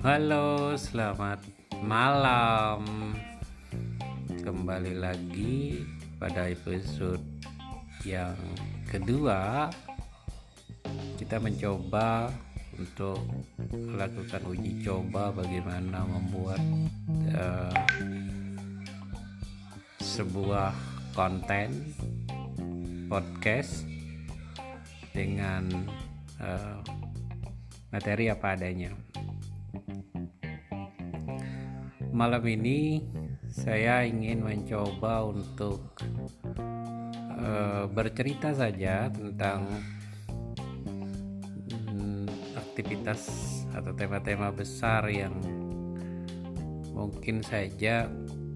Halo, selamat malam. Kembali lagi pada episode yang kedua. Kita mencoba untuk melakukan uji coba bagaimana membuat sebuah konten podcast dengan materi apa adanya. Malam ini saya ingin mencoba untuk bercerita saja tentang aktivitas atau tema-tema besar yang mungkin saja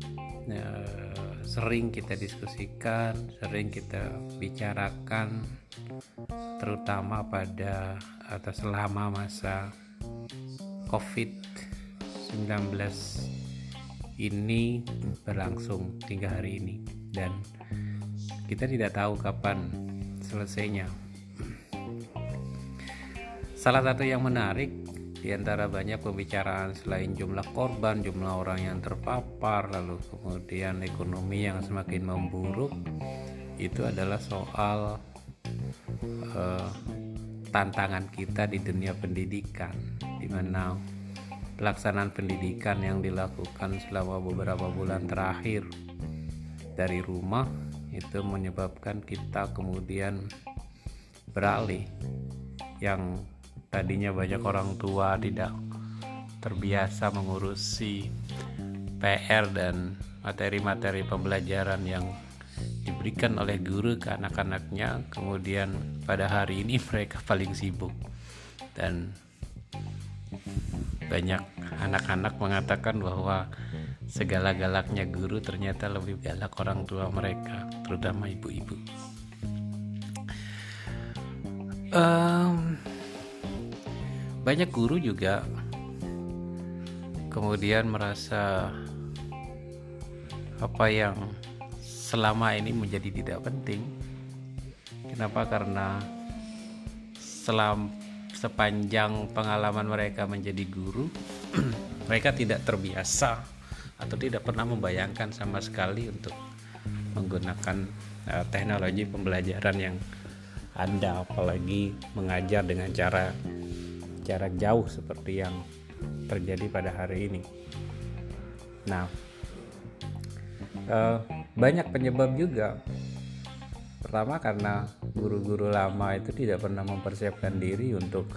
sering kita diskusikan, sering kita bicarakan, terutama pada atau selama masa COVID-19 ini berlangsung hingga hari ini, dan kita tidak tahu kapan selesainya. Salah satu yang menarik di antara banyak pembicaraan selain jumlah korban, jumlah orang yang terpapar, lalu kemudian ekonomi yang semakin memburuk, itu adalah soal tantangan kita di dunia pendidikan, di mana pelaksanaan pendidikan yang dilakukan selama beberapa bulan terakhir dari rumah itu menyebabkan kita kemudian beralih. Yang tadinya banyak orang tua tidak terbiasa mengurusi PR dan materi-materi pembelajaran yang diberikan oleh guru ke anak-anaknya, kemudian pada hari ini mereka paling sibuk, dan banyak anak-anak mengatakan bahwa segala-galaknya guru ternyata lebih galak orang tua mereka, terutama ibu-ibu. Banyak guru juga kemudian merasa apa yang selama ini menjadi tidak penting. Kenapa? Karena sepanjang pengalaman mereka menjadi guru, mereka tidak terbiasa atau tidak pernah membayangkan sama sekali untuk menggunakan teknologi pembelajaran yang ada, apalagi mengajar dengan cara jarak jauh seperti yang terjadi pada hari ini. Nah, banyak penyebab juga. Pertama, karena guru-guru lama itu tidak pernah mempersiapkan diri untuk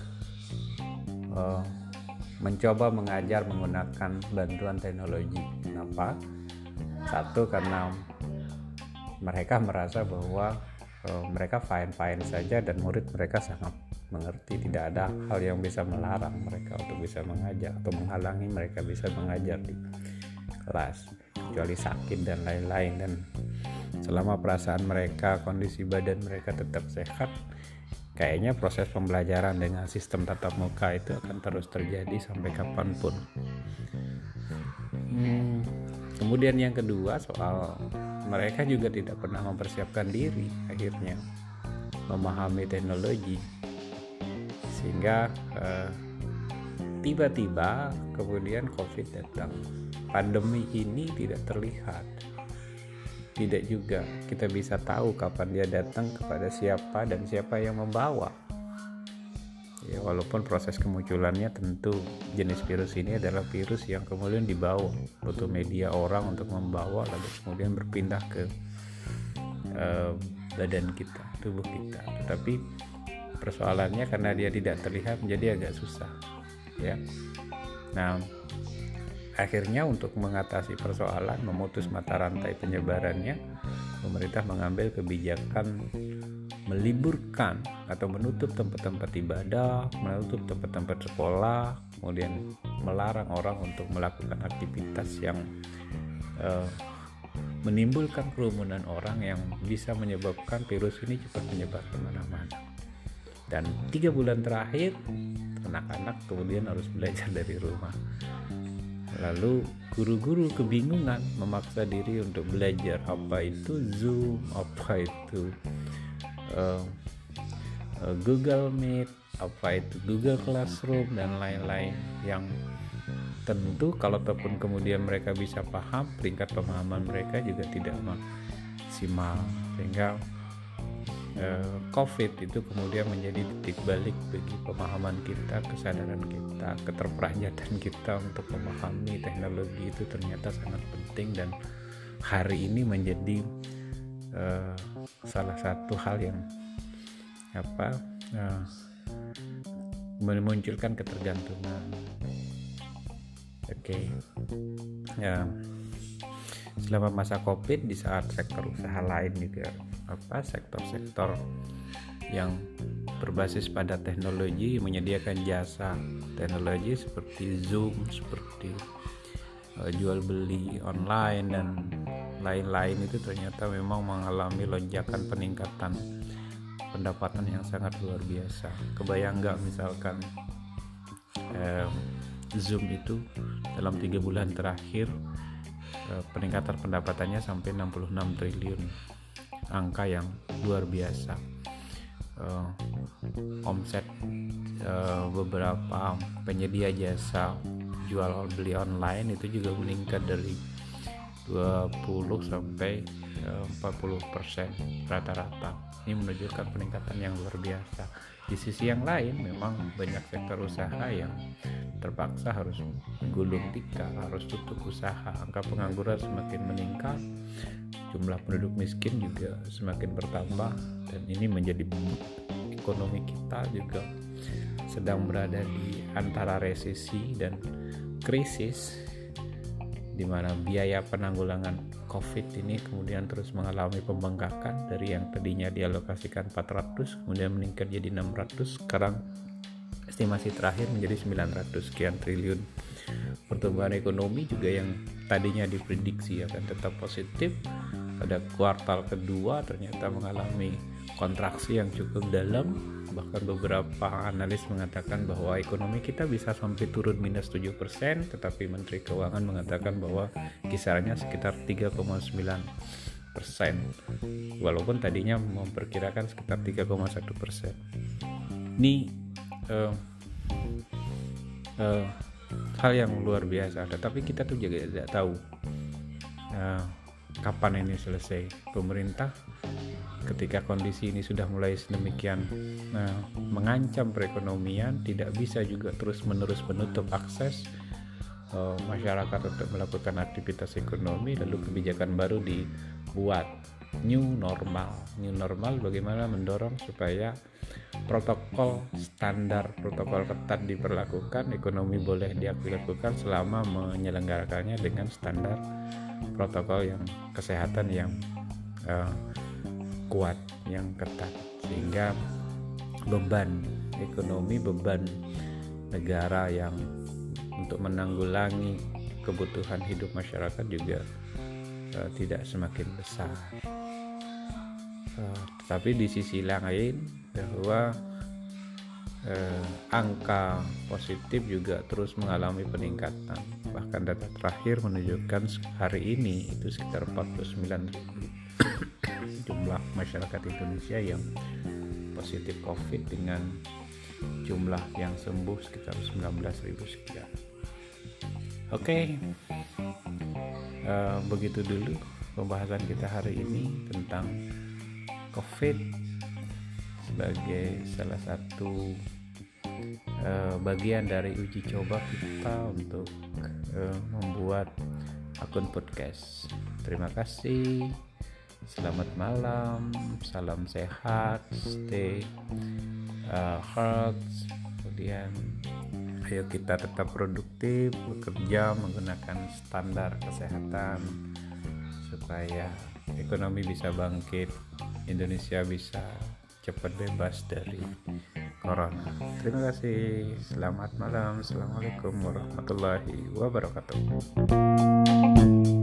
mencoba mengajar menggunakan bantuan teknologi. Kenapa? Satu, karena mereka merasa bahwa mereka fine-fine saja dan murid mereka sangat mengerti. Tidak ada hal yang bisa melarang mereka untuk bisa mengajar atau menghalangi mereka bisa mengajar di kelas, kecuali sakit dan lain-lain. Dan selama perasaan mereka, kondisi badan mereka tetap sehat, kayaknya proses pembelajaran dengan sistem tatap muka itu akan terus terjadi sampai kapanpun. Kemudian yang kedua, soal mereka juga tidak pernah mempersiapkan diri akhirnya memahami teknologi, sehingga tiba-tiba kemudian COVID datang. Pandemi ini tidak terlihat, tidak juga kita bisa tahu kapan dia datang, kepada siapa dan siapa yang membawa. Ya, walaupun proses kemunculannya tentu jenis virus ini adalah virus yang kemudian dibawa butuh media orang untuk membawa, lalu kemudian berpindah ke badan kita, tubuh kita. Tetapi persoalannya karena dia tidak terlihat menjadi agak susah, ya. Nah, akhirnya untuk mengatasi persoalan, memutus mata rantai penyebarannya, pemerintah mengambil kebijakan meliburkan atau menutup tempat-tempat ibadah, menutup tempat-tempat sekolah, kemudian melarang orang untuk melakukan aktivitas yang menimbulkan kerumunan orang yang bisa menyebabkan virus ini cepat menyebar kemana-mana. Dan 3 bulan terakhir anak-anak kemudian harus belajar dari rumah. Lalu guru-guru kebingungan memaksa diri untuk belajar, apa itu Zoom, apa itu Google Meet, apa itu Google Classroom dan lain-lain yang tentu kalau ataupun kemudian mereka bisa paham, peringkat pemahaman mereka juga tidak maksimal, sehingga COVID itu kemudian menjadi titik balik bagi pemahaman kita, kesadaran kita, keterperanjatan kita untuk memahami teknologi itu ternyata sangat penting, dan hari ini menjadi salah satu hal yang memunculkan ketergantungan. Ya, selama masa COVID, di saat sektor usaha lain juga sektor-sektor yang berbasis pada teknologi menyediakan jasa teknologi seperti Zoom, seperti jual beli online dan lain-lain, itu ternyata memang mengalami lonjakan peningkatan pendapatan yang sangat luar biasa. Kebayang nggak misalkan Zoom itu dalam 3 bulan terakhir peningkatan pendapatannya sampai 66 triliun, angka yang luar biasa. Omset beberapa penyedia jasa jual beli online itu juga meningkat dari 20 sampai 40% rata-rata. Ini menunjukkan peningkatan yang luar biasa. Di sisi yang lain, memang banyak sektor usaha yang terpaksa harus gulung tikar, harus tutup usaha. Angka pengangguran semakin meningkat, jumlah penduduk miskin juga semakin bertambah, dan ini menjadi ekonomi kita juga sedang berada di antara resesi dan krisis, di mana biaya penanggulangan COVID ini kemudian terus mengalami pembengkakan dari yang tadinya dialokasikan 400 kemudian meningkat jadi 600, sekarang estimasi terakhir menjadi 900 sekian triliun. Pertumbuhan ekonomi juga yang tadinya diprediksi akan tetap positif, pada kuartal kedua ternyata mengalami kontraksi yang cukup dalam. Bahkan beberapa analis mengatakan bahwa ekonomi kita bisa sampai turun minus 7%, tetapi Menteri Keuangan mengatakan bahwa kisarannya sekitar 3,9%, walaupun tadinya memperkirakan sekitar 3,1%. Ini hal yang luar biasa, tetapi kita tuh juga tidak tahu kapan ini selesai. Pemerintah ketika kondisi ini sudah mulai sedemikian mengancam perekonomian, tidak bisa juga terus-menerus menutup akses masyarakat untuk melakukan aktivitas ekonomi, lalu kebijakan baru dibuat, new normal bagaimana mendorong supaya protokol ketat diberlakukan, ekonomi boleh dilakukan selama menyelenggarakannya dengan standar protokol yang kesehatan yang kuat, yang ketat, sehingga beban ekonomi, beban negara yang untuk menanggulangi kebutuhan hidup masyarakat juga tidak semakin besar. Tetapi di sisi lain bahwa angka positif juga terus mengalami peningkatan. Bahkan data terakhir menunjukkan hari ini itu sekitar 49.000 jumlah masyarakat Indonesia yang positif COVID, dengan jumlah yang sembuh sekitar 19.000 sekian. Begitu dulu pembahasan kita hari ini tentang COVID sebagai salah satu bagian dari uji coba kita untuk membuat akun podcast. Terima kasih. Selamat malam, salam sehat, stay healthy. Kemudian ayo kita tetap produktif, bekerja menggunakan standar kesehatan supaya ekonomi bisa bangkit, Indonesia bisa cepat bebas dari corona. Terima kasih. Selamat malam. Assalamualaikum warahmatullahi wabarakatuh.